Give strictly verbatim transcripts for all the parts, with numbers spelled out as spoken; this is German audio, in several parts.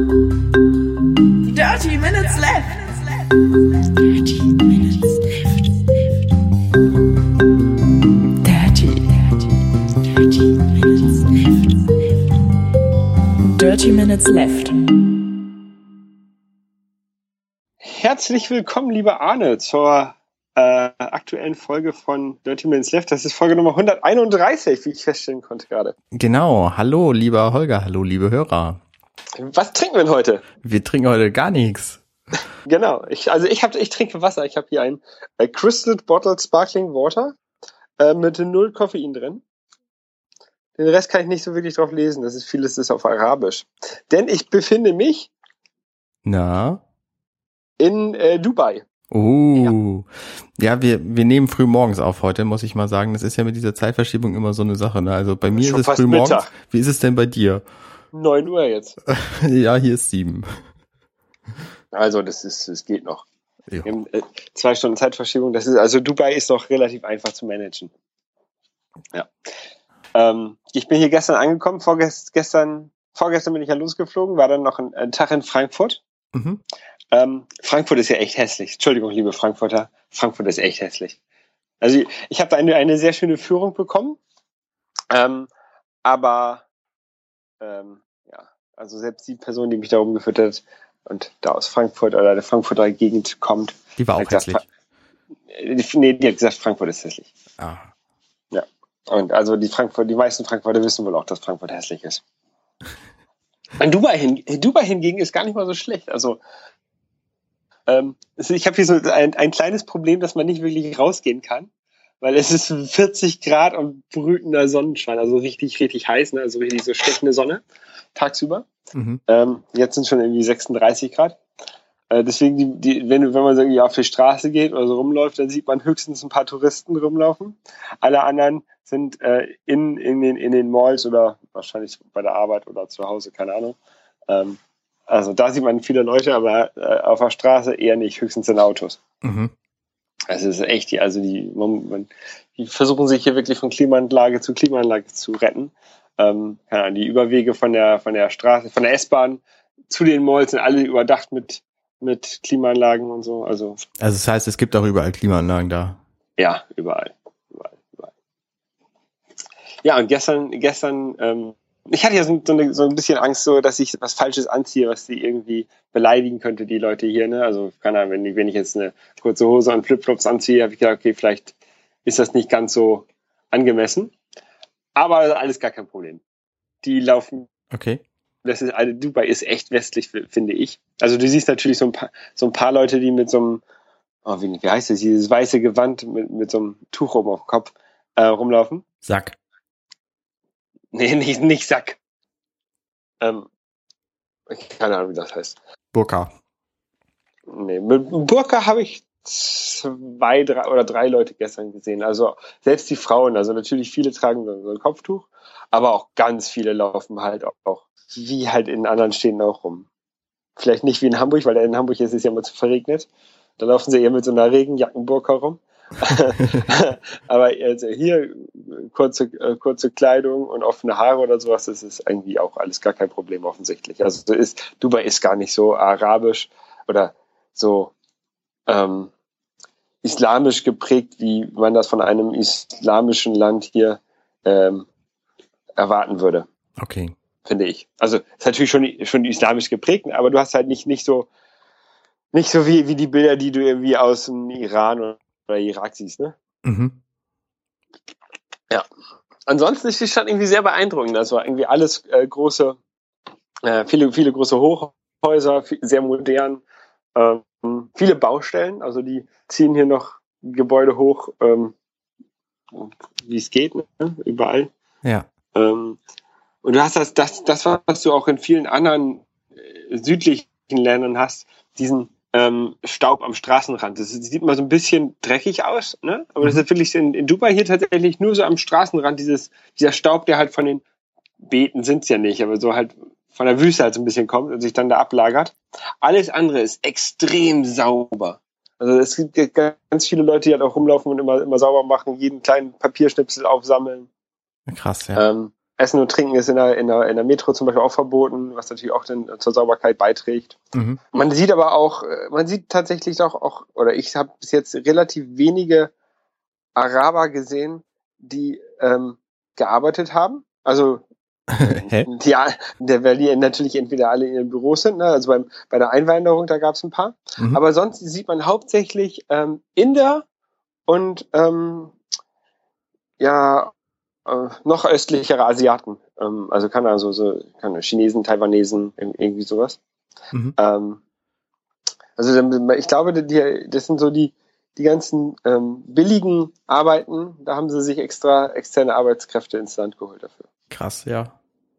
Dirty Minutes Left. Dirty Minutes Left. Dirty, dirty, dirty Minutes Left. Dirty Minutes Left. Herzlich willkommen, lieber Arne, zur äh, aktuellen Folge von Dirty Minutes Left. Das ist Folge Nummer hunderteinunddreißig, wie ich feststellen konnte gerade. Genau. Hallo, lieber Holger. Hallo, liebe Hörer. Was trinken wir denn heute? Wir trinken heute gar nichts. Genau. Ich, also ich, hab, ich trinke Wasser. Ich habe hier ein äh, Crystal Bottled Sparkling Water äh, mit null Koffein drin. Den Rest kann ich nicht so wirklich drauf lesen. Das ist vieles ist auf Arabisch. Denn ich befinde mich Na? in äh, Dubai. Oh. Ja, ja wir, wir nehmen früh morgens auf heute, muss ich mal sagen. Das ist ja mit dieser Zeitverschiebung immer so eine Sache. Ne? Also bei mir Schon ist es fast früh morgens. Mittag. Wie ist es denn bei dir? neun Uhr jetzt. Ja, hier ist sieben. Also das ist, das geht noch. Ja. Wir haben, äh, zwei Stunden Zeitverschiebung. Das ist, also Dubai ist noch relativ einfach zu managen. Ja. Ähm, ich bin hier gestern angekommen, vorgest, gestern, vorgestern bin ich ja losgeflogen, war dann noch ein, ein Tag in Frankfurt. Mhm. Ähm, Frankfurt ist ja echt hässlich. Entschuldigung, liebe Frankfurter. Frankfurt ist echt hässlich. Also ich, ich habe da eine, eine sehr schöne Führung bekommen. Ähm, aber ähm, ja, also selbst die Person, die mich da rumgeführt hat und da aus Frankfurt oder der Frankfurter Gegend kommt. Die war auch hat gesagt, hässlich. Nee, die hat gesagt, Frankfurt ist hässlich. Ah. Ja. Und also die Frankfurt, die meisten Frankfurter wissen wohl auch, dass Frankfurt hässlich ist. In Dubai, hin, Dubai hingegen ist gar nicht mal so schlecht. Also ähm, ich habe hier so ein, ein kleines Problem, dass man nicht wirklich rausgehen kann, weil es ist vierzig Grad und brütender Sonnenschein, also richtig, richtig heiß, ne? Also richtig so stechende Sonne tagsüber. Mhm. Ähm, jetzt sind schon irgendwie sechsunddreißig Grad. Äh, deswegen, die, die, wenn, wenn man so irgendwie auf die Straße geht oder so rumläuft, dann sieht man höchstens ein paar Touristen rumlaufen. Alle anderen sind äh, in, in, den, in den Malls oder wahrscheinlich bei der Arbeit oder zu Hause, keine Ahnung. Ähm, also da sieht man viele Leute, aber äh, auf der Straße eher nicht, höchstens in Autos. Mhm. Es ist echt, die, also die, man, man, die versuchen sich hier wirklich von Klimaanlage zu Klimaanlage zu retten. Ähm, ja, die Überwege von der, von der Straße, von der S-Bahn zu den Malls sind alle überdacht mit, mit Klimaanlagen und so. Also, Also das heißt, es gibt auch überall Klimaanlagen da. ja, überall. überall, überall. Ja, und gestern, gestern, ähm, ich hatte ja so, so, eine, so ein bisschen Angst, so, dass ich was Falsches anziehe, was sie irgendwie beleidigen könnte, die Leute hier, ne? Also, keine Ahnung, wenn, wenn ich jetzt eine kurze Hose und Flipflops anziehe, habe ich gedacht, okay, vielleicht ist das nicht ganz so angemessen. Aber alles gar kein Problem. Die laufen. Okay. Das ist, also Dubai ist echt westlich, finde ich. Also du siehst natürlich so ein paar, so ein paar Leute, die mit so einem, oh, wie, wie heißt das, dieses weiße Gewand mit, mit so einem Tuch oben auf dem Kopf äh, rumlaufen. Sack. Nee, nicht, nicht Sack. Ähm, keine Ahnung, wie das heißt. Burka. Nee, mit Burka habe ich zwei, drei oder drei Leute gestern gesehen. Also selbst die Frauen, also natürlich viele tragen so ein Kopftuch, aber auch ganz viele laufen halt auch, auch wie halt in anderen Städten auch rum. Vielleicht nicht wie in Hamburg, weil in Hamburg ist es ja immer zu verregnet. Da laufen sie eher mit so einer Regenjackenburka rum. Aber also hier kurze, äh, kurze Kleidung und offene Haare oder sowas, das ist irgendwie auch alles gar kein Problem offensichtlich. Also ist, Dubai ist gar nicht so arabisch oder so ähm, islamisch geprägt, wie man das von einem islamischen Land hier ähm, erwarten würde. Okay. Finde ich. Also ist natürlich schon, schon islamisch geprägt, aber du hast halt nicht, nicht so nicht so wie, wie die Bilder, die du irgendwie aus dem Iran oder, oder Irak siehst, ne? Mhm. Ja. Ansonsten ist die Stadt irgendwie sehr beeindruckend. Das war irgendwie alles äh, große, äh, viele, viele große Hochhäuser, viel, sehr modern, ähm, viele Baustellen, also die ziehen hier noch Gebäude hoch, ähm, wie es geht, ne? Überall. Ja. Ähm, und du hast das, das, das, was du auch in vielen anderen äh, südlichen Ländern hast, diesen ähm, Staub am Straßenrand. Das, das sieht mal so ein bisschen dreckig aus, ne? Aber mhm. das ist wirklich in, in Dubai hier tatsächlich nur so am Straßenrand, dieses, dieser Staub, der halt von den Beeten sind's ja nicht, aber so halt von der Wüste halt so ein bisschen kommt und sich dann da ablagert. Alles andere ist extrem sauber. Also es gibt ganz viele Leute, die halt auch rumlaufen und immer, immer sauber machen, jeden kleinen Papierschnipsel aufsammeln. Krass, ja. Ähm, Essen und Trinken ist in der, in der, in der Metro zum Beispiel auch verboten, was natürlich auch dann zur Sauberkeit beiträgt. Mhm. Man sieht aber auch, man sieht tatsächlich auch, auch oder ich habe bis jetzt relativ wenige Araber gesehen, die ähm, gearbeitet haben. Also Hä? die, der, weil die natürlich entweder alle in ihren Büros sind, ne? Also beim, bei der Einwanderung, da gab es ein paar. Mhm. Aber sonst sieht man hauptsächlich ähm, Inder und ähm, ja äh, noch östlichere Asiaten. Ähm, also kann also so kann Chinesen, Taiwanesen, irgendwie sowas. Mhm. Ähm, also ich glaube, die, das sind so die die ganzen ähm, billigen Arbeiten, da haben sie sich extra externe Arbeitskräfte ins Land geholt dafür. Krass, ja.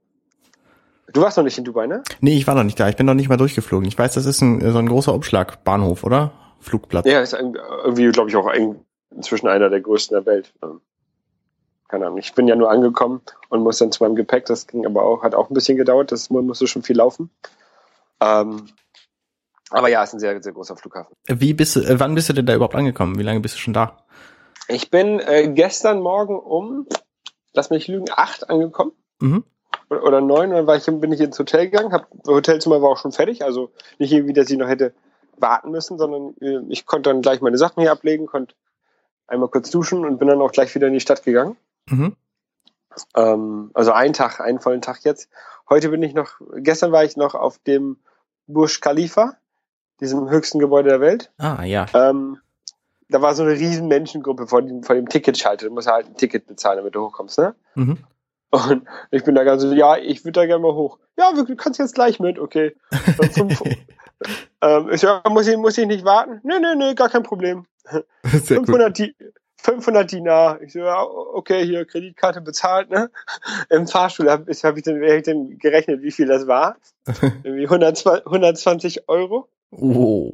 Du warst noch nicht in Dubai, ne? Nee, ich war noch nicht da. Ich bin noch nicht mal durchgeflogen. Ich weiß, das ist ein, so ein großer Umschlagbahnhof, oder? Flugplatz. Ja, ist irgendwie, glaube ich, auch inzwischen einer der größten der Welt. Keine Ahnung. Ich bin ja nur angekommen und muss dann zu meinem Gepäck. Das ging aber auch, hat auch ein bisschen gedauert. Das musste schon viel laufen. Ähm, aber ja, ist ein sehr, sehr großer Flughafen. Wie bist du, äh, wann bist du denn da überhaupt angekommen? Wie lange bist du schon da? Ich bin äh, gestern Morgen um, lass mich lügen, acht angekommen. Mhm. Oder, oder neun. Und dann war ich, bin ich ins Hotel gegangen. Hab, das Hotelzimmer war auch schon fertig. Also nicht irgendwie, dass ich noch hätte warten müssen, sondern äh, ich konnte dann gleich meine Sachen hier ablegen, konnte einmal kurz duschen und bin dann auch gleich wieder in die Stadt gegangen. Mhm. Ähm, also einen Tag, einen vollen Tag jetzt. Heute bin ich noch, gestern war ich noch auf dem Burj Khalifa, diesem höchsten Gebäude der Welt. Ah, ja. Ähm, da war so eine riesen Menschengruppe vor dem, vor dem Ticketschalter. Du musst halt ein Ticket bezahlen, damit du hochkommst, ne? Mhm. Und ich bin da ganz so, ja, ich würde da gerne mal hoch. Ja, du kannst jetzt gleich mit, okay. Fünf, ähm, ich so, muss ich, muss ich nicht warten? Nee, nee, nee, gar kein Problem. fünfhundert, Di- fünfhundert Dinar. Ich so, ja, okay, hier, Kreditkarte bezahlt, ne? Im Fahrstuhl habe hab ich, dann, hab ich dann gerechnet, wie viel das war. Irgendwie hundertzwanzig Euro. Oh.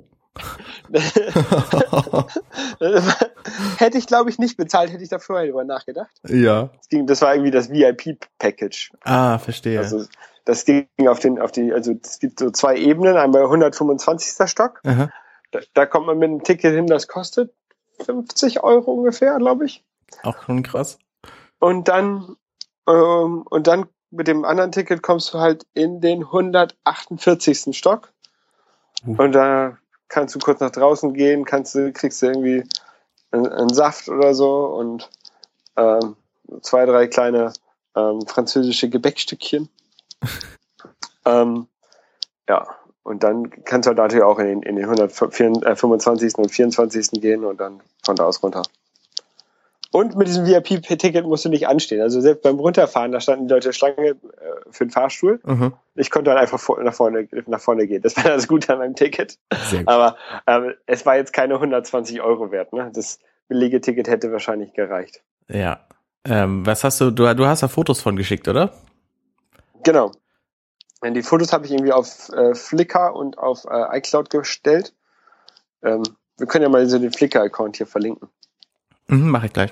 Hätte ich, glaube ich, nicht bezahlt, hätte ich da vorher drüber nachgedacht. Ja. Das, ging, das war irgendwie das V I P-Package. Ah, verstehe. Also das ging auf den, auf die, also es gibt so zwei Ebenen, einmal hundertfünfundzwanzigster Stock. Aha. Da, da kommt man mit einem Ticket hin, das kostet fünfzig Euro ungefähr, glaube ich. Auch schon krass. Und dann, ähm, und dann mit dem anderen Ticket kommst du halt in den hundertachtundvierzigsten Stock. Uh. Und da kannst du kurz nach draußen gehen, kannst du, kriegst du irgendwie einen, einen Saft oder so und ähm, zwei, drei kleine ähm, französische Gebäckstückchen. ähm, ja, und dann kannst du halt natürlich auch in den, in den hundertfünfundzwanzigsten und vierundzwanzigsten gehen und dann von da aus runter. Und mit diesem V I P-Ticket musst du nicht anstehen. Also selbst beim Runterfahren, da standen die Leute Schlange äh, für den Fahrstuhl. Mhm. Ich konnte dann einfach vor, nach, vorne, nach vorne gehen. Das war das Gute an meinem Ticket. Sehr gut. Aber ähm, es war jetzt keine hundertzwanzig Euro wert. Ne? Das billige Ticket hätte wahrscheinlich gereicht. Ja. Ähm, was hast du, du, du hast da Fotos von geschickt, oder? Genau. Die Fotos habe ich irgendwie auf äh, Flickr und auf äh, iCloud gestellt. Ähm, wir können ja mal so den Flickr-Account hier verlinken. Mhm, mach ich gleich.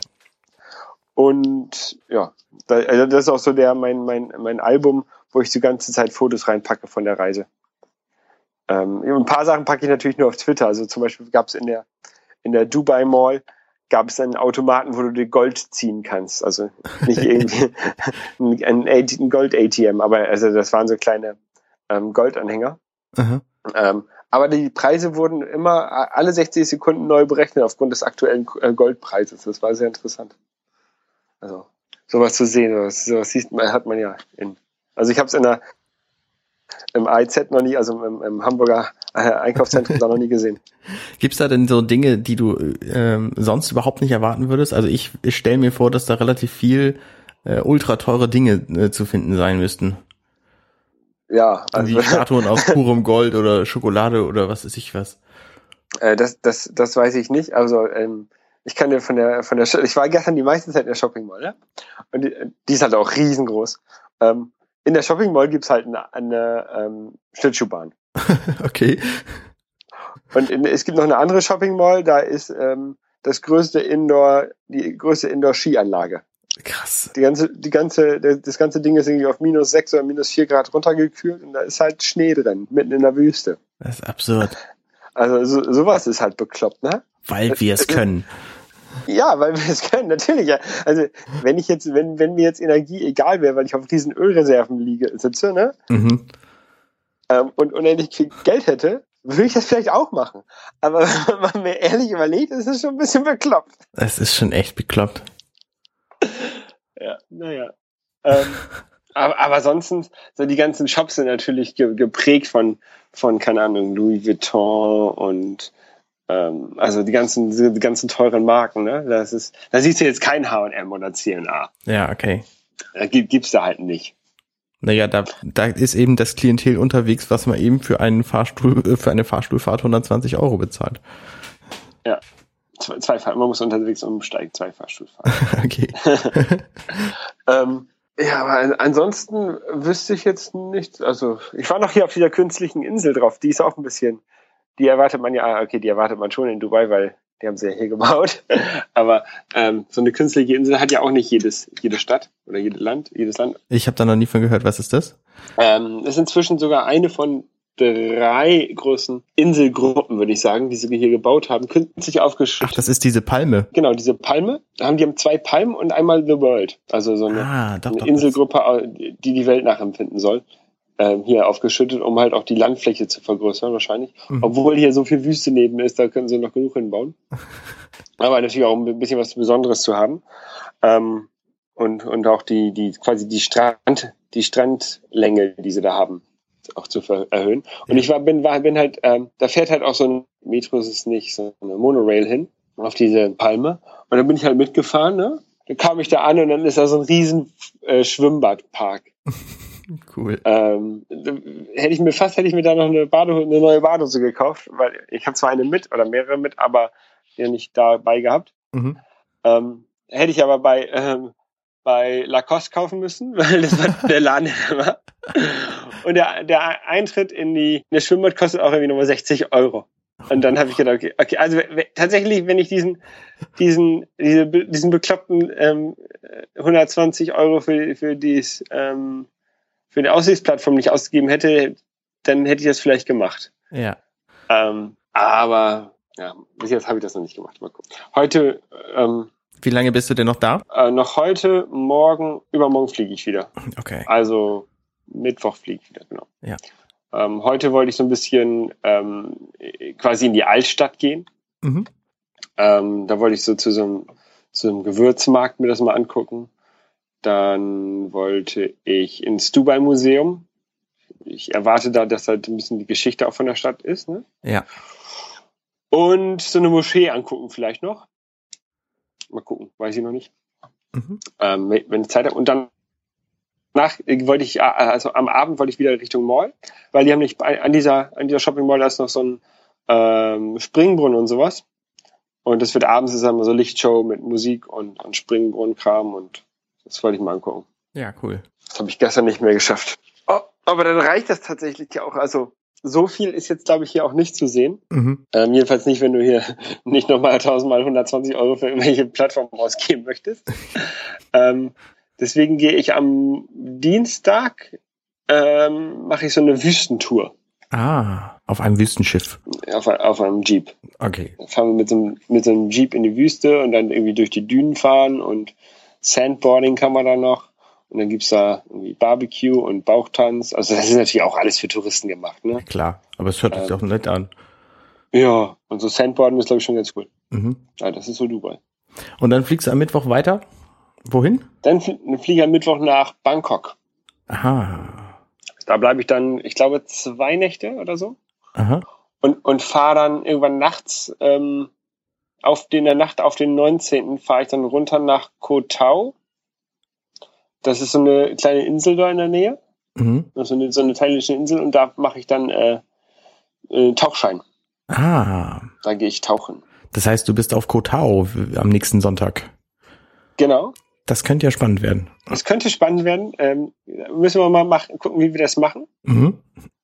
Und ja, das ist auch so der mein mein mein Album, wo ich die ganze Zeit Fotos reinpacke von der Reise. Ähm, ein paar Sachen packe ich natürlich nur auf Twitter. Also zum Beispiel gab es in der in der Dubai Mall gab es einen Automaten, wo du dir Gold ziehen kannst. Also nicht irgendwie ein, ein Gold-A T M, aber also das waren so kleine ähm, Goldanhänger. Mhm. Ähm, aber die Preise wurden immer alle sechzig Sekunden neu berechnet aufgrund des aktuellen Goldpreises. Das war sehr interessant. Also sowas zu sehen, sowas, sowas sieht man, hat man ja in. Also ich habe es in der im A I Z noch nie, also im, im Hamburger Einkaufszentrum da noch nie gesehen. Gibt's da denn so Dinge, die du ähm, sonst überhaupt nicht erwarten würdest? Also ich, ich stelle mir vor, dass da relativ viel äh, ultra teure Dinge äh, zu finden sein müssten. Ja, also wie Statuen aus purem Gold oder Schokolade oder was weiß ich was. Äh, das, das, das weiß ich nicht. Also ähm, ich kann dir von der, von der, ich war gestern die meiste Zeit in der Shopping Mall, ne? Und die, die ist halt auch riesengroß. Ähm, in der Shopping Mall gibt's halt eine, eine ähm, Schlittschuhbahn. Okay. Und in, es gibt noch eine andere Shopping Mall, da ist ähm, das größte Indoor, die größte Indoor-Skianlage. Krass. Die ganze, die ganze, das ganze Ding ist irgendwie auf minus sechs oder minus vier Grad runtergekühlt und da ist halt Schnee drin, mitten in der Wüste. Das ist absurd. Also so, sowas ist halt bekloppt, ne? Weil wir es können. Ja, weil wir es können, natürlich. Ja. Also wenn ich jetzt, wenn, wenn mir jetzt Energie egal wäre, weil ich auf riesen Ölreserven liege, sitze, ne? Mhm. Ähm, und unendlich viel Geld hätte, würde ich das vielleicht auch machen. Aber wenn man mir ehrlich überlegt, ist es schon ein bisschen bekloppt. Es ist schon echt bekloppt. Ja, naja. Ähm, aber, aber sonst, so die ganzen Shops sind natürlich ge- geprägt von, von, keine Ahnung, Louis Vuitton und ähm, also die ganzen, die ganzen teuren Marken, ne? Das ist, da siehst du jetzt kein H und M oder C und A. Ja, okay. Da gibt, gibt's da halt nicht. Naja, da, da ist eben das Klientel unterwegs, was man eben für einen Fahrstuhl, für eine Fahrstuhlfahrt hundertzwanzig Euro bezahlt. Ja. Zwei, zwei Fahr- man muss unterwegs umsteigen, zwei Fahrstuhlfahrten. Okay. ähm, ja, aber ansonsten wüsste ich jetzt nichts. Also, ich war noch hier auf dieser künstlichen Insel drauf. Die ist auch ein bisschen, die erwartet man ja, okay, die erwartet man schon in Dubai, weil die haben sie ja hier gebaut. Aber ähm, so eine künstliche Insel hat ja auch nicht jedes, jede Stadt oder jedes Land, jedes Land. Ich habe da noch nie von gehört. Was ist das? Ähm, ist inzwischen sogar eine von drei großen Inselgruppen, würde ich sagen, die sie hier gebaut haben, künstlich aufgeschüttet. Ach, das ist diese Palme. Genau, diese Palme. Da haben die haben zwei Palmen und einmal The World. Also so eine, Ah, doch, eine doch, Inselgruppe, die die Welt nachempfinden soll. Ähm, hier aufgeschüttet, um halt auch die Landfläche zu vergrößern wahrscheinlich. Mhm. Obwohl hier so viel Wüste neben ist, da können sie noch genug hinbauen. Aber natürlich auch um ein bisschen was Besonderes zu haben. Ähm, und, und auch die, die, quasi die Strand, die Strandlänge, die sie da haben, auch zu ver- erhöhen. Und ich war, bin, war, bin halt, ähm, da fährt halt auch so ein Metro, ist es nicht, so eine Monorail hin, auf diese Palme. Und dann bin ich halt mitgefahren, ne? Dann kam ich da an und dann ist da so ein riesen äh, Schwimmbadpark. Cool. Ähm, hätte ich mir fast, hätte ich mir da noch eine, Bade, eine neue Badehose gekauft, weil ich habe zwar eine mit oder mehrere mit, aber die ja nicht dabei gehabt. Mhm. Ähm, hätte ich aber bei, ähm, bei Lacoste kaufen müssen, weil das war der Laden, der war. Und der, der Eintritt in die, in das Schwimmbad kostet auch irgendwie nochmal sechzig Euro. Und dann habe ich gedacht, okay, okay, also w- tatsächlich, wenn ich diesen, diesen, diese, diesen bekloppten ähm, hundertzwanzig Euro für, für dies, ähm, für die Aussichtsplattform nicht ausgegeben hätte, dann hätte ich das vielleicht gemacht. Ja. Ähm, aber ja, bis jetzt habe ich das noch nicht gemacht. Mal gucken. Heute, ähm, Wie lange bist du denn noch da? äh, noch heute, morgen, übermorgen fliege ich wieder. Okay. Also Mittwoch fliege ich wieder, genau. Ja. Ähm, heute wollte ich so ein bisschen ähm, quasi in die Altstadt gehen. Mhm. Ähm, da wollte ich so zu so einem, zu einem Gewürzmarkt mir das mal angucken. Dann wollte ich ins Dubai-Museum. Ich erwarte da, dass halt ein bisschen die Geschichte auch von der Stadt ist. Ne? Ja. Und so eine Moschee angucken vielleicht noch. Mal gucken, weiß ich noch nicht. Mhm. Ähm, wenn ich Zeit habe. Und dann nach wollte ich, also am Abend wollte ich wieder Richtung Mall, weil die haben nicht an dieser, an dieser Shopping Mall, da ist noch so ein ähm, Springbrunnen und sowas. Und das wird abends, ist dann so Lichtshow mit Musik und, und Springbrunnen-Kram und das wollte ich mal angucken. Ja, cool. Das habe ich gestern nicht mehr geschafft. Oh, aber dann reicht das tatsächlich ja auch. Also so viel ist jetzt, glaube ich, hier auch nicht zu sehen. Mhm. Ähm, jedenfalls nicht, wenn du hier nicht nochmal tausendmal hundertzwanzig Euro für irgendwelche Plattformen ausgeben möchtest. ähm, deswegen gehe ich am Dienstag, ähm, mache ich so eine Wüstentour. Ah, auf einem Wüstenschiff. Auf, auf einem Jeep. Okay. Da fahren wir mit so, einem, mit so einem Jeep in die Wüste und dann irgendwie durch die Dünen fahren und Sandboarding kann man da noch. Und dann gibt's da irgendwie Barbecue und Bauchtanz. Also das ist natürlich auch alles für Touristen gemacht, ne? Klar, aber es hört sich Ähm. auch nett an. Ja, und so Sandboarden ist, glaube ich, schon ganz cool. Mhm. Ja, das ist so Dubai. Und dann fliegst du am Mittwoch weiter? Wohin? Dann fl- fliege ich am Mittwoch nach Bangkok. Aha. Da bleibe ich dann, ich glaube, zwei Nächte oder so. Aha. Und, und fahre dann irgendwann nachts, ähm, auf den, in der Nacht auf den neunzehnten fahre ich dann runter nach Koh Tao. Das ist so eine kleine Insel da in der Nähe. Mhm. So eine, so eine thailändische Insel und da mache ich dann äh, äh, Tauchschein. Ah. Da gehe ich tauchen. Das heißt, du bist auf Koh Tao am nächsten Sonntag. Genau. Das könnte ja spannend werden. Es könnte spannend werden. Ähm, müssen wir mal machen, gucken, wie wir das machen. Mhm.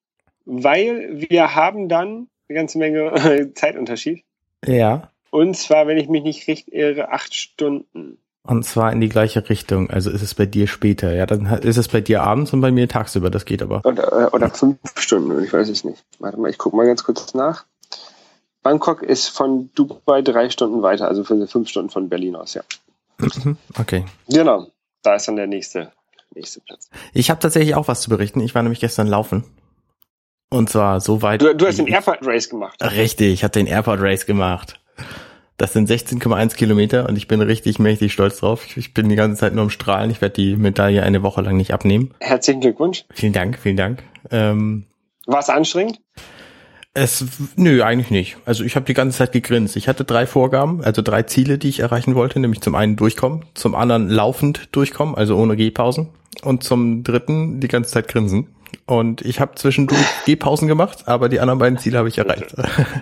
Weil wir haben dann eine ganze Menge Zeitunterschied. Ja. Und zwar, wenn ich mich nicht richtig irre, acht Stunden. Und zwar in die gleiche Richtung. Also ist es bei dir später. Ja, dann ist es bei dir abends und bei mir tagsüber. Das geht aber. Oder, oder fünf Stunden, ich weiß es nicht. Warte mal, ich gucke mal ganz kurz nach. Bangkok ist von Dubai drei Stunden weiter, also für fünf Stunden von Berlin aus, ja. Okay. Genau, da ist dann der nächste, nächste Platz. Ich habe tatsächlich auch was zu berichten. Ich war nämlich gestern laufen. Und zwar so weit. Du, du hast den Airport Race gemacht. Richtig, ich habe den Airport Race gemacht. Das sind sechzehn Komma eins Kilometer und ich bin richtig mächtig stolz drauf. Ich bin die ganze Zeit nur am Strahlen. Ich werde die Medaille eine Woche lang nicht abnehmen. Herzlichen Glückwunsch. Vielen Dank, vielen Dank. Ähm, War es anstrengend? Es, nö, eigentlich nicht. Also ich habe die ganze Zeit gegrinst. Ich hatte drei Vorgaben, also drei Ziele, die ich erreichen wollte, nämlich zum einen durchkommen, zum anderen laufend durchkommen, also ohne Gehpausen und zum dritten die ganze Zeit grinsen. Und ich habe zwischendurch Gehpausen gemacht, aber die anderen beiden Ziele habe ich erreicht.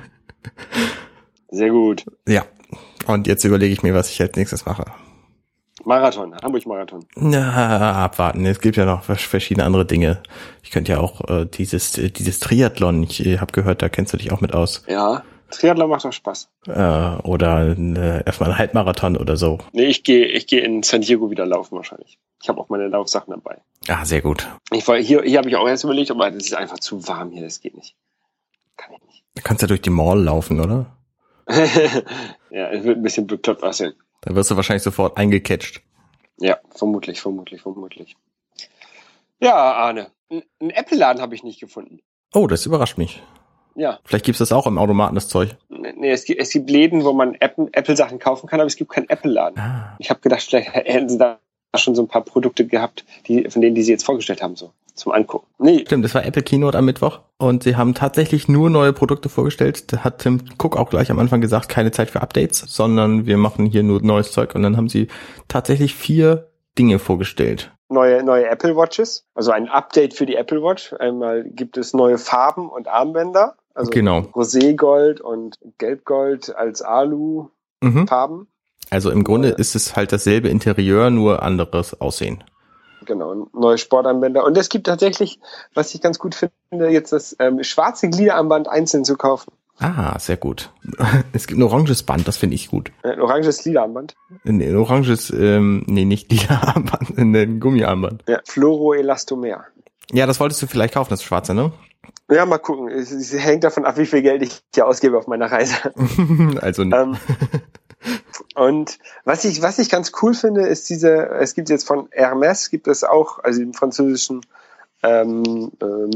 Sehr gut. Ja, und jetzt überlege ich mir, was ich als nächstes mache. Marathon, Hamburg-Marathon. Na, abwarten. Es gibt ja noch verschiedene andere Dinge. Ich könnte ja auch äh, dieses dieses Triathlon. Ich äh, habe gehört, da kennst du dich auch mit aus. Ja, Triathlon macht doch Spaß. Äh, oder äh, erstmal ein Halbmarathon oder so. Nee, ich gehe ich gehe in San Diego wieder laufen wahrscheinlich. Ich habe auch meine Laufsachen dabei. Ah, sehr gut. Ich war, hier hier habe ich auch erst überlegt, aber das ist einfach zu warm hier, das geht nicht. Kann ich nicht. Du kannst ja durch die Mall laufen, oder? Ja, es wird ein bisschen bekloppt aussehen. Da wirst du wahrscheinlich sofort eingecatcht. Ja, vermutlich, vermutlich, vermutlich. Ja, Arne, einen Apple-Laden habe ich nicht gefunden. Oh, das überrascht mich. Ja. Vielleicht gibt's das auch im Automaten, das Zeug. Nee, es gibt, es gibt Läden, wo man Apple, Apple-Sachen kaufen kann, aber es gibt keinen Apple-Laden. Ah. Ich habe gedacht, vielleicht hätten sie da schon so ein paar Produkte gehabt, die von denen, die sie jetzt vorgestellt haben, so zum Angucken. Nee. Stimmt, das war Apple Keynote am Mittwoch und sie haben tatsächlich nur neue Produkte vorgestellt. Da hat Tim Cook auch gleich am Anfang gesagt, keine Zeit für Updates, sondern wir machen hier nur neues Zeug. Und dann haben sie tatsächlich vier Dinge vorgestellt. Neue, neue Apple Watches, also ein Update für die Apple Watch. Einmal gibt es neue Farben und Armbänder. Also genau. Roségold und Gelbgold als Alu-Farben. Mhm. Also im Grunde ist es halt dasselbe Interieur, nur anderes Aussehen. Genau, neue Sportarmbänder. Und es gibt tatsächlich, was ich ganz gut finde, jetzt das ähm, schwarze Gliederarmband einzeln zu kaufen. Ah, sehr gut. Es gibt ein oranges Band, das finde ich gut. Ein oranges Gliederarmband? Ein oranges, ähm, nee, nicht Gliederarmband, ein Gummiarmband. Ja, Fluoroelastomer. Ja, das wolltest du vielleicht kaufen, das schwarze, ne? Ja, mal gucken. Es, es hängt davon ab, wie viel Geld ich hier ausgebe auf meiner Reise. Also nicht. Ähm, und was ich, was ich ganz cool finde, ist diese, es gibt jetzt von Hermès, gibt es auch, also im französischen ähm, äh,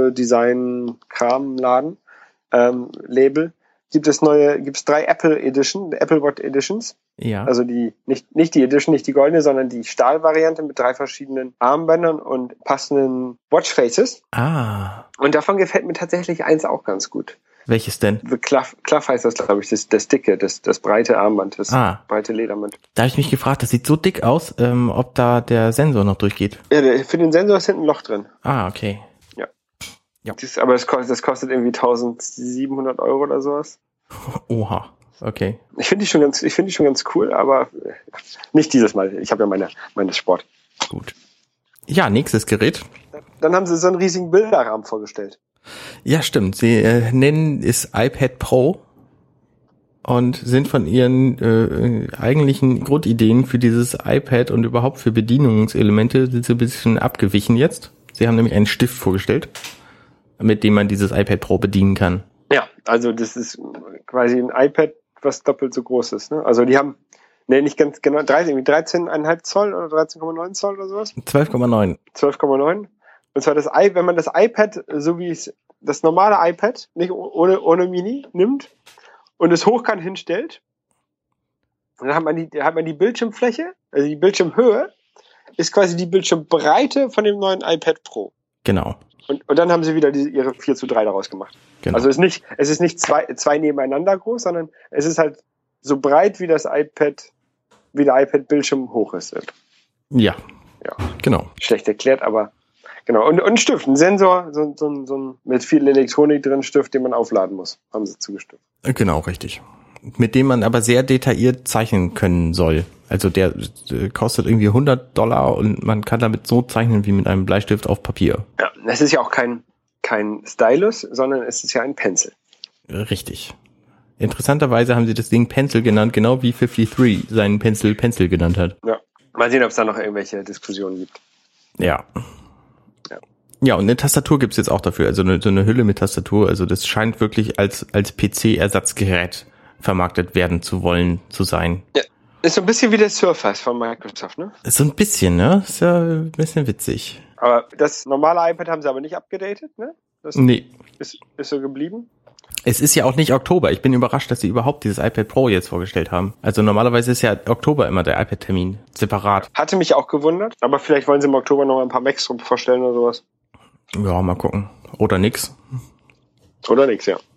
Mode-Design-Kram-Laden, ähm, Label, gibt es neue, gibt es drei Apple Edition, Apple Watch Editions. Ja. Also die, nicht, nicht die Edition, nicht die goldene, sondern die Stahlvariante mit drei verschiedenen Armbändern und passenden Watchfaces. Ah. Und davon gefällt mir tatsächlich eins auch ganz gut. Welches denn? The Clough, Clough heißt das, glaube ich, das, das dicke, das, das breite Armband, das ah. breite Lederband. Da habe ich mich gefragt, das sieht so dick aus, ähm, ob da der Sensor noch durchgeht. Ja, der, für den Sensor ist hinten ein Loch drin. Ah, okay. Ja. ja. Das, aber das kostet, das kostet irgendwie eintausendsiebenhundert Euro oder sowas. Oha, okay. Ich finde die schon ganz, ich finde die schon ganz cool, aber nicht dieses Mal. Ich habe ja meine, meine Sport. Gut. Ja, nächstes Gerät. Dann haben sie so einen riesigen Bilderrahmen vorgestellt. Ja, stimmt. Sie äh, nennen es iPad Pro und sind von ihren äh, eigentlichen Grundideen für dieses iPad und überhaupt für Bedienungselemente sind sie ein bisschen abgewichen jetzt. Sie haben nämlich einen Stift vorgestellt, mit dem man dieses iPad Pro bedienen kann. Ja, also das ist quasi ein iPad, was doppelt so groß ist. Ne? Also die haben, ne, nicht ganz genau, dreizehn Komma fünf Zoll oder dreizehn Komma neun Zoll oder sowas? zwölf Komma neun. zwölf Komma neun. Und zwar das i, wenn man das iPad, so wie es, das normale iPad, nicht ohne, ohne Mini, nimmt und es hochkant hinstellt, dann hat man die, hat man die Bildschirmfläche, also die Bildschirmhöhe, ist quasi die Bildschirmbreite von dem neuen iPad Pro. Genau. Und, und dann haben sie wieder diese, ihre vier zu drei daraus gemacht. Genau. Also es ist nicht, es ist nicht zwei, zwei nebeneinander groß, sondern es ist halt so breit, wie das iPad, wie der iPad-Bildschirm hoch ist. Ja. Ja. Genau. Schlecht erklärt, aber genau. Und, und ein Stift, ein Sensor, so, so, so ein mit viel Elektronik drin Stift, den man aufladen muss, haben sie zugestimmt. Genau, richtig. Mit dem man aber sehr detailliert zeichnen können soll. Also der kostet irgendwie hundert Dollar und man kann damit so zeichnen wie mit einem Bleistift auf Papier. Ja, es ist ja auch kein, kein Stylus, sondern es ist ja ein Pencil. Richtig. Interessanterweise haben sie das Ding Pencil genannt, genau wie fünfundfünfzig seinen Pencil Pencil genannt hat. Ja. Mal sehen, ob es da noch irgendwelche Diskussionen gibt. Ja. Ja. Ja, und eine Tastatur gibt's jetzt auch dafür, also eine, so eine Hülle mit Tastatur. Also das scheint wirklich als als P C-Ersatzgerät vermarktet werden zu wollen, zu sein. Ja, ist so ein bisschen wie der Surface von Microsoft, ne? So ein bisschen, ne? Ist ja ein bisschen witzig. Aber das normale iPad haben sie aber nicht abgedatet, ne? Das Nee. ist, ist so geblieben. Es ist ja auch nicht Oktober. Ich bin überrascht, dass sie überhaupt dieses iPad Pro jetzt vorgestellt haben. Also normalerweise ist ja Oktober immer der iPad-Termin. Separat. Hatte mich auch gewundert, aber vielleicht wollen sie im Oktober noch ein paar Macs vorstellen oder sowas. Ja, mal gucken. Oder nix. Oder nix, ja.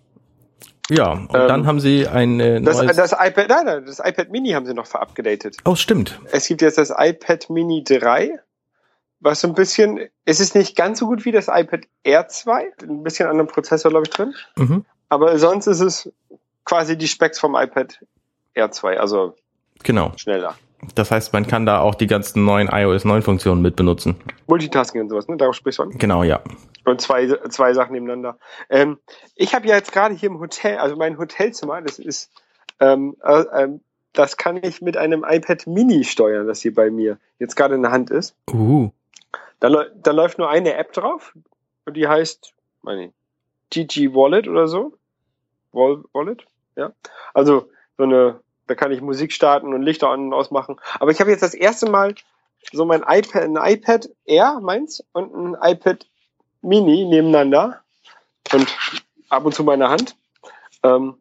Ja, und Ähm, dann haben sie ein äh, Das, neues... das iPad, nein, nein, das iPad Mini haben sie noch verabgedatet. Oh, stimmt. Es gibt jetzt das iPad Mini drei, was so ein bisschen, es ist nicht ganz so gut wie das iPad Air zwei, ein bisschen anderen Prozessor, glaube ich, drin. Mhm. Aber sonst ist es quasi die Specs vom iPad Air zwei, also Genau. schneller. Das heißt, man kann da auch die ganzen neuen i O S neun Funktionen mit benutzen. Multitasking und sowas, ne? Darauf sprichst du an. Genau, ja. Und zwei, zwei Sachen nebeneinander. Ähm, ich habe ja jetzt gerade hier im Hotel, also mein Hotelzimmer, das ist, ähm, äh, ähm, das kann ich mit einem iPad Mini steuern, das hier bei mir jetzt gerade in der Hand ist. Uh. Da, läu- da läuft nur eine App drauf und die heißt, meine, G G Wallet oder so. Wall- Wallet, ja. Also so eine, da kann ich Musik starten und Lichter an und ausmachen. Aber ich habe jetzt das erste Mal so mein iPad, ein iPad Air, meins, und ein iPad Mini nebeneinander und ab und zu meine Hand. Ähm,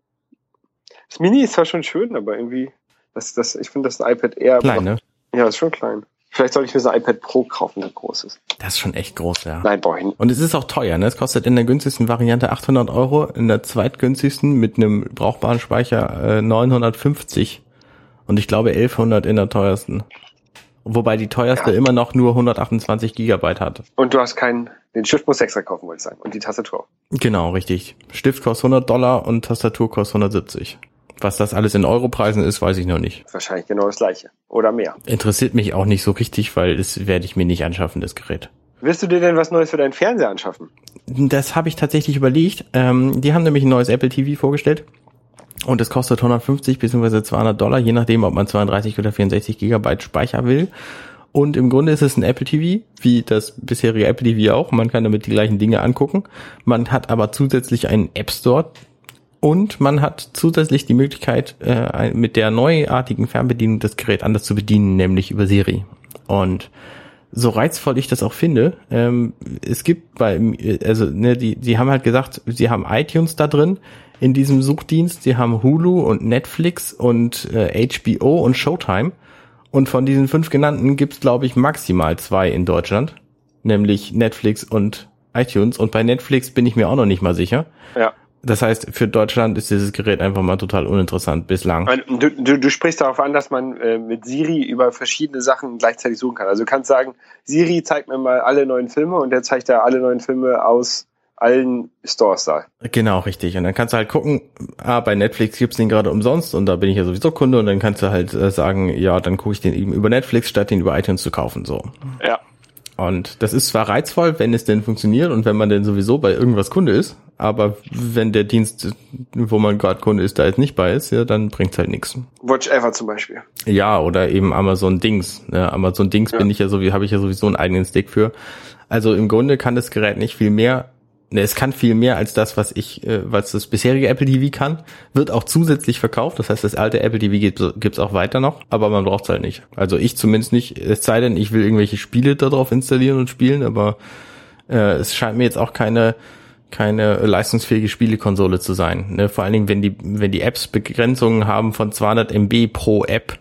das Mini ist zwar schon schön, aber irgendwie, das, das, ich finde das iPad Air Klein, ne? Ja, ist schon klein. Vielleicht sollte ich mir so ein iPad Pro kaufen, das groß ist. Das ist schon echt groß, ja. Nein, brauche ich nicht. Und es ist auch teuer, ne? Es kostet in der günstigsten Variante achthundert Euro, in der zweitgünstigsten mit einem brauchbaren Speicher äh, neunhundertfünfzig und ich glaube elfhundert in der teuersten. Wobei die teuerste Ja. immer noch nur hundertachtundzwanzig Gigabyte hat. Und du hast keinen, den Stift musst du extra kaufen, wollte ich sagen. Und die Tastatur auch. Genau, richtig. Stift kostet hundert Dollar und Tastatur kostet hundertsiebzig. Was das alles in Europreisen ist, weiß ich noch nicht. Wahrscheinlich genau das gleiche. Oder mehr. Interessiert mich auch nicht so richtig, weil das werde ich mir nicht anschaffen, das Gerät. Wirst du dir denn was Neues für deinen Fernseher anschaffen? Das habe ich tatsächlich überlegt. Ähm, die haben nämlich ein neues Apple T V vorgestellt. Und es kostet hundertfünfzig bzw. zweihundert Dollar, je nachdem, ob man zweiunddreißig oder vierundsechzig Gigabyte Speicher will. Und im Grunde ist es ein Apple T V, wie das bisherige Apple T V auch. Man kann damit die gleichen Dinge angucken. Man hat aber zusätzlich einen App Store. Und man hat zusätzlich die Möglichkeit, äh, mit der neuartigen Fernbedienung das Gerät anders zu bedienen, nämlich über Siri. Und so reizvoll ich das auch finde, ähm, es gibt bei, also ne, die, die haben halt gesagt, sie haben iTunes da drin in diesem Suchdienst, sie haben Hulu und Netflix und äh, H B O und Showtime. Und von diesen fünf genannten gibt's, glaube ich, maximal zwei in Deutschland, nämlich Netflix und iTunes. Und bei Netflix bin ich mir auch noch nicht mal sicher. Ja. Das heißt, für Deutschland ist dieses Gerät einfach mal total uninteressant bislang. Du, du, du sprichst darauf an, dass man äh, mit Siri über verschiedene Sachen gleichzeitig suchen kann. Also du kannst sagen, Siri zeigt mir mal alle neuen Filme und der zeigt da alle neuen Filme aus allen Stores da. Genau, richtig. Und dann kannst du halt gucken, ah, bei Netflix gibt's den gerade umsonst und da bin ich ja sowieso Kunde und dann kannst du halt äh, sagen, ja, dann gucke ich den eben über Netflix, statt den über iTunes zu kaufen, so. Ja. Und das ist zwar reizvoll, wenn es denn funktioniert und wenn man denn sowieso bei irgendwas Kunde ist, aber wenn der Dienst, wo man gerade Kunde ist, da jetzt nicht bei ist, ja, dann bringt's halt nichts. Watch Ever zum Beispiel. Ja, oder eben Amazon Dings. Ne? Amazon Dings Ja. bin ich ja so, wie habe ich ja sowieso einen eigenen Stick für. Also im Grunde kann das Gerät nicht viel mehr. Ne, es kann viel mehr als das, was ich, äh, was das bisherige Apple T V kann. Wird auch zusätzlich verkauft. Das heißt, das alte Apple T V gibt, gibt's auch weiter noch, aber man braucht's halt nicht. Also ich zumindest nicht. Es sei denn, ich will irgendwelche Spiele da drauf installieren und spielen, aber äh, es scheint mir jetzt auch keine keine leistungsfähige Spielekonsole zu sein. Ne? Vor allen Dingen, wenn die wenn die Apps Begrenzungen haben von zweihundert Megabyte pro App,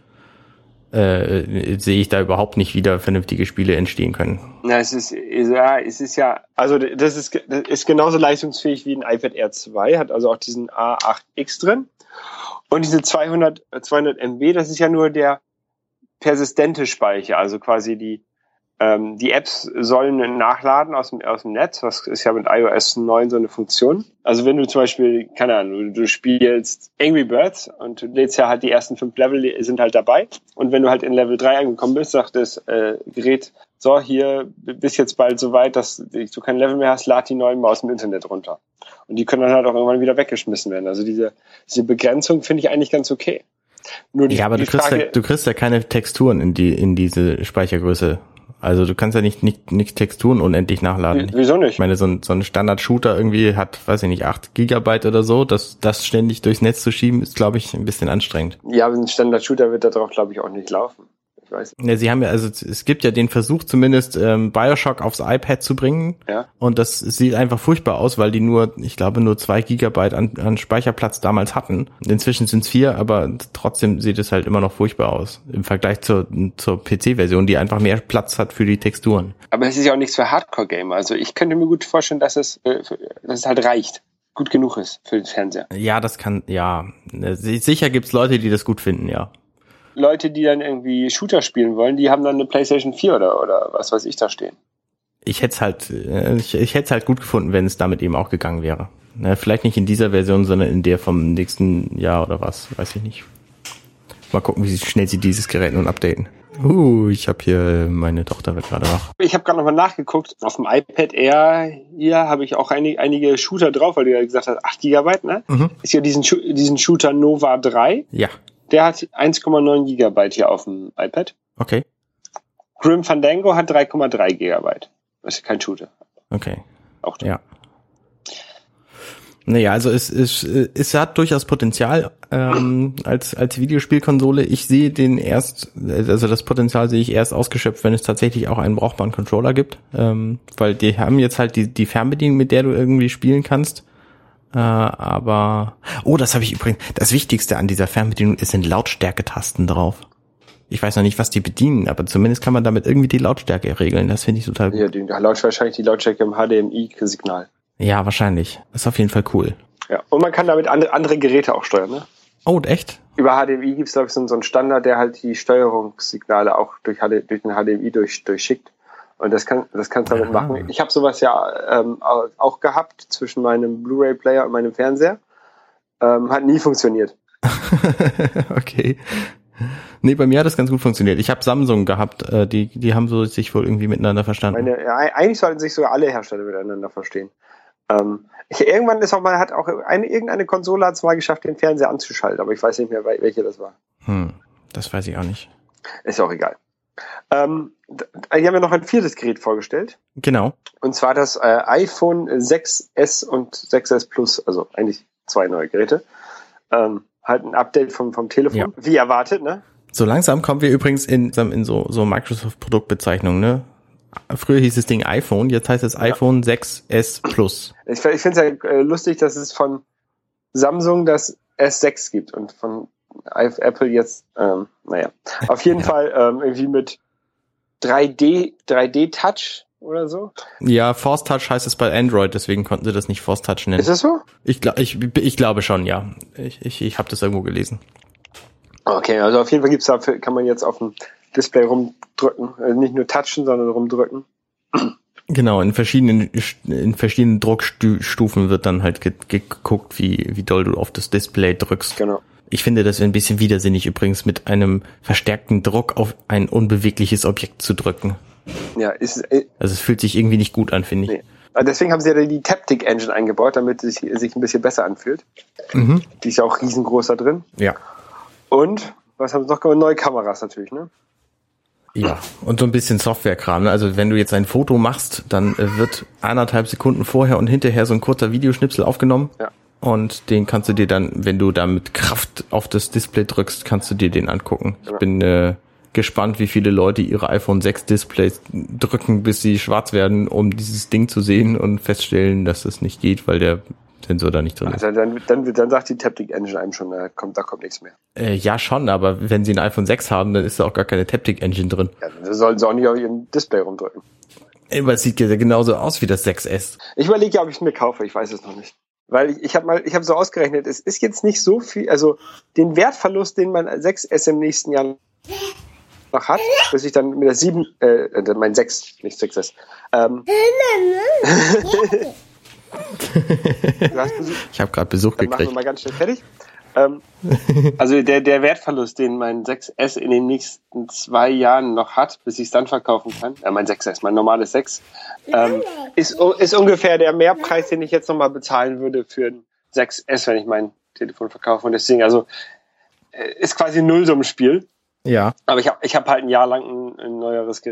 äh, sehe ich da überhaupt nicht, wie da vernünftige Spiele entstehen können. Ja, es ist, ja, es ist ja, also das ist, das ist genauso leistungsfähig wie ein iPad Air zwei, hat also auch diesen A acht X drin. Und diese zweihundert Megabyte, das ist ja nur der persistente Speicher, also quasi die, ähm, die Apps sollen nachladen aus dem, aus dem Netz, was ist ja mit iOS neun so eine Funktion. Also wenn du zum Beispiel, keine Ahnung, du, du spielst Angry Birds und du lädst ja halt die ersten fünf Level sind halt dabei. Und wenn du halt in Level drei angekommen bist, sagt das äh, Gerät, so, hier bist jetzt bald so weit, dass du kein Level mehr hast, lad die neuen mal aus dem Internet runter. Und die können dann halt auch irgendwann wieder weggeschmissen werden. Also diese, diese Begrenzung finde ich eigentlich ganz okay. Nur die, ja, aber die du kriegst Frage, ja, du kriegst ja keine Texturen in die in diese Speichergröße Also du kannst ja nicht, nicht, nicht Texturen unendlich nachladen. W- wieso nicht? Ich meine, so ein, so ein Standard-Shooter irgendwie hat, weiß ich nicht, acht Gigabyte oder so. Das, das ständig durchs Netz zu schieben, ist, glaube ich, ein bisschen anstrengend. Ja, aber ein Standard-Shooter wird da drauf, glaube ich, auch nicht laufen. Ich weiß nicht. Ja, sie haben ja, also es gibt ja den Versuch zumindest, ähm, Bioshock aufs iPad zu bringen. Ja. Und das sieht einfach furchtbar aus, weil die nur, ich glaube, nur zwei Gigabyte an, an Speicherplatz damals hatten. Inzwischen sind es vier, aber trotzdem sieht es halt immer noch furchtbar aus. Im Vergleich zur, zur P C-Version, die einfach mehr Platz hat für die Texturen. Aber es ist ja auch nichts für Hardcore-Gamer. Also ich könnte mir gut vorstellen, dass es, äh, für, dass es halt reicht. Gut genug ist für den Fernseher. Ja, das kann, ja. Sicher gibt's Leute, die das gut finden, ja. Leute, die dann irgendwie Shooter spielen wollen, die haben dann eine PlayStation vier oder, oder was weiß ich da stehen. Ich hätte es halt, ich, ich hätte es halt gut gefunden, wenn es damit eben auch gegangen wäre. Na, vielleicht nicht in dieser Version, sondern in der vom nächsten Jahr oder was, weiß ich nicht. Mal gucken, wie schnell sie dieses Gerät nun updaten. Uh, ich habe hier, meine Tochter wird gerade wach. Ich habe gerade nochmal nachgeguckt, auf dem iPad Air, hier habe ich auch einige, einige Shooter drauf, weil du ja gesagt hast, acht Gigabyte, ne? Mhm. Ist ja diesen, diesen Shooter Nova drei. Ja. Der hat eins Komma neun Gigabyte hier auf dem iPad. Okay. Grim Fandango hat drei Komma drei Gigabyte. Das ist kein Shooter. Okay. Auch drin. Ja. Naja, also es, es, es hat durchaus Potenzial ähm, als als Videospielkonsole. Ich sehe den erst, also das Potenzial sehe ich erst ausgeschöpft, wenn es tatsächlich auch einen brauchbaren Controller gibt, ähm, weil die haben jetzt halt die die Fernbedienung, mit der du irgendwie spielen kannst. Äh, aber oh, das habe ich übrigens. Das Wichtigste an dieser Fernbedienung ist, sind Lautstärketasten drauf. Ich weiß noch nicht, was die bedienen, aber zumindest kann man damit irgendwie die Lautstärke regeln. Das finde ich total gut. Ja, die, laut, wahrscheinlich die Lautstärke im H D M I-Signal. Ja, wahrscheinlich. Das ist auf jeden Fall cool. Ja, und man kann damit andere, andere Geräte auch steuern, ne? Oh, echt? Über H D M I gibt es, glaube ich, so, so einen Standard, der halt die Steuerungssignale auch durch, H D, durch den H D M I durch, durchschickt. Und das kann das kannst du damit Aha. machen. Ich habe sowas ja ähm, auch gehabt zwischen meinem Blu-ray-Player und meinem Fernseher. Ähm, hat nie funktioniert. Okay. Nee, bei mir hat das ganz gut funktioniert. Ich habe Samsung gehabt, äh, die die haben so sich wohl irgendwie miteinander verstanden. Meine, ja, eigentlich sollten sich sogar alle Hersteller miteinander verstehen. Ähm, ich, irgendwann ist auch mal, hat auch eine, irgendeine Konsole hat es mal geschafft, den Fernseher anzuschalten, aber ich weiß nicht mehr, welche das war. Hm, das weiß ich auch nicht. Ist auch egal. Ähm, hier haben wir noch ein viertes Gerät vorgestellt. Genau. Und zwar das äh, iPhone sechs S und sechs S Plus, also eigentlich zwei neue Geräte. Ähm, halt ein Update vom, vom Telefon, Ja. wie erwartet, ne? So langsam kommen wir übrigens in, in so, so Microsoft-Produktbezeichnungen, ne? Früher hieß das Ding iPhone, jetzt heißt es ja. iPhone sechs S Plus. Ich, ich finde es ja äh, lustig, dass es von Samsung das S sechs gibt und von Apple jetzt, ähm, naja, auf jeden ja. Fall ähm, irgendwie mit drei D, drei D-Touch oder so. Ja, Force Touch heißt es bei Android, deswegen konnten sie das nicht Force Touch nennen. Ist das so? Ich, glaub, ich, ich glaube schon, ja. Ich, ich, ich habe das irgendwo gelesen. Okay, also auf jeden Fall gibt's dafür, kann man jetzt auf dem Display rumdrücken, also nicht nur touchen, sondern rumdrücken. Genau, in verschiedenen in verschiedenen Druckstufen wird dann halt geguckt, wie wie doll du auf das Display drückst. Genau. Ich finde das ein bisschen widersinnig übrigens, mit einem verstärkten Druck auf ein unbewegliches Objekt zu drücken. Ja, ist äh, also es fühlt sich irgendwie nicht gut an, finde ich. Nee. Deswegen haben sie ja die Taptic Engine eingebaut, damit es sich, sich ein bisschen besser anfühlt. Mhm. Die ist ja auch riesengroß da drin. Ja. Und was haben sie noch gemacht? Neue Kameras natürlich, ne? Ja, und so ein bisschen Softwarekram. Ne? Also wenn du jetzt ein Foto machst, dann äh, wird eineinhalb Sekunden vorher und hinterher so ein kurzer Videoschnipsel aufgenommen. Ja. Und den kannst du dir dann, wenn du da mit Kraft auf das Display drückst, kannst du dir den angucken. Ich bin äh, gespannt, wie viele Leute ihre iPhone sechs Displays drücken, bis sie schwarz werden, um dieses Ding zu sehen und feststellen, dass es nicht geht, weil der Sensor da nicht drin ist. Also dann, dann, dann sagt die Taptic Engine einem schon, da kommt, da kommt nichts mehr. Äh, ja, schon, aber wenn sie ein iPhone sechs haben, dann ist da auch gar keine Taptic Engine drin. Ja, dann sollen sie auch nicht auf ihrem Display rumdrücken. Aber es sieht ja genauso aus wie das sechs S. Ich überlege ja, ob ich es mir kaufe, ich weiß es noch nicht. Weil ich, ich habe mal, ich habe so ausgerechnet, es ist jetzt nicht so viel, also den Wertverlust, den mein sechs S im nächsten Jahr noch hat, bis ich dann mit der sieben, äh, mein sechs, nicht sechs S. Ähm, du hast Besuch? Ich habe gerade Besuch Dann gekriegt. machen wir mal ganz schnell fertig. Ähm, also der, der Wertverlust, den mein sechs S in den nächsten zwei Jahren noch hat, bis ich es dann verkaufen kann, äh, mein sechs S, mein normales sechs, ähm, ist, ist ungefähr der Mehrpreis, den ich jetzt nochmal bezahlen würde für ein sechs S, wenn ich mein Telefon verkaufe. Und deswegen, also äh, ist quasi ein Nullsummenspiel. Ja. Aber ich habe ich hab halt ein Jahr lang ein, ein neueres Gerät.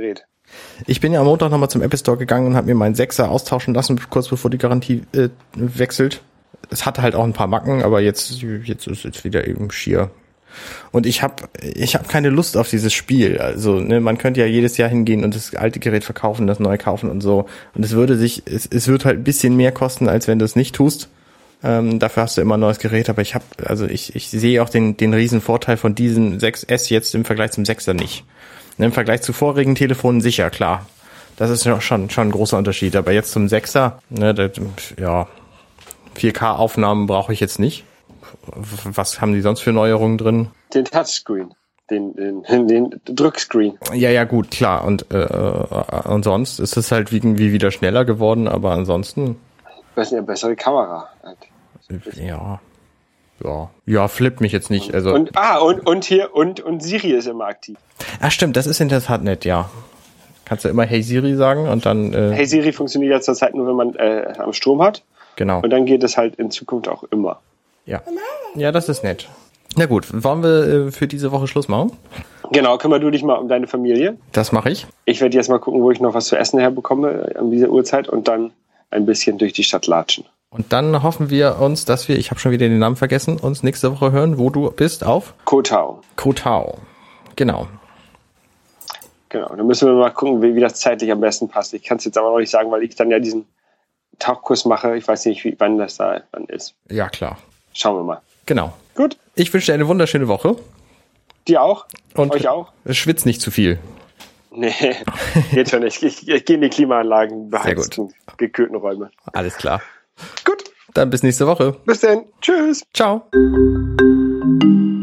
Ich bin ja am Montag nochmal zum Apple Store gegangen und habe mir meinen Sechser austauschen lassen, kurz bevor die Garantie äh, wechselt. Es hatte halt auch ein paar Macken, aber jetzt jetzt ist es wieder eben schier. Und ich habe ich hab keine Lust auf dieses Spiel. Also ne, man könnte ja jedes Jahr hingehen und das alte Gerät verkaufen, das neue kaufen und so. Und es würde sich, es, es wird halt ein bisschen mehr kosten, als wenn du es nicht tust. Ähm, dafür hast du immer ein neues Gerät. Aber ich habe, also ich ich sehe auch den den riesen Vorteil von diesem sechs S jetzt im Vergleich zum sechser nicht. Ne, im Vergleich zu vorigen Telefonen sicher, klar. Das ist ja schon schon ein großer Unterschied. Aber jetzt zum sechser, ne, das, ja, vier K-Aufnahmen brauche ich jetzt nicht. Was haben die sonst für Neuerungen drin? Den Touchscreen, den, den, den Drückscreen. Ja, ja, gut, klar. Und, äh, und sonst ist es halt wie, wie wieder schneller geworden, aber ansonsten... Das ist eine bessere Kamera. Ja, ja, ja, flippt mich jetzt nicht. Also und, ah, und, und hier, und, und Siri ist immer aktiv. Ah, stimmt, das ist in der Tat nett, ja. Kannst du immer Hey Siri sagen und dann... Äh, Hey Siri funktioniert ja zurzeit nur, wenn man äh, am Strom hat. Genau. Und dann geht es halt in Zukunft auch immer. Ja, ja, das ist nett. Na gut, wollen wir äh, für diese Woche Schluss machen? Genau, kümmere du dich mal um deine Familie. Das mache ich. Ich werde jetzt mal gucken, wo ich noch was zu essen herbekomme an dieser Uhrzeit und dann ein bisschen durch die Stadt latschen. Und dann hoffen wir uns, dass wir, ich habe schon wieder den Namen vergessen, uns nächste Woche hören, wo du bist, auf? Koh Tao. Koh Tao, genau. Genau, dann müssen wir mal gucken, wie, wie das zeitlich am besten passt. Ich kann es jetzt aber noch nicht sagen, weil ich dann ja diesen Tauchkurs mache. Ich weiß nicht, wie, wann das da wann ist. Ja, klar. Schauen wir mal. Genau. Gut. Ich wünsche dir eine wunderschöne Woche. Dir auch? Und euch auch? Schwitz nicht zu viel. Nee, geht schon nicht. Ich, ich gehe in die Klimaanlagen, beheizten, gekühlten Räume. Alles klar. Gut. Dann bis nächste Woche. Bis dann. Tschüss. Ciao.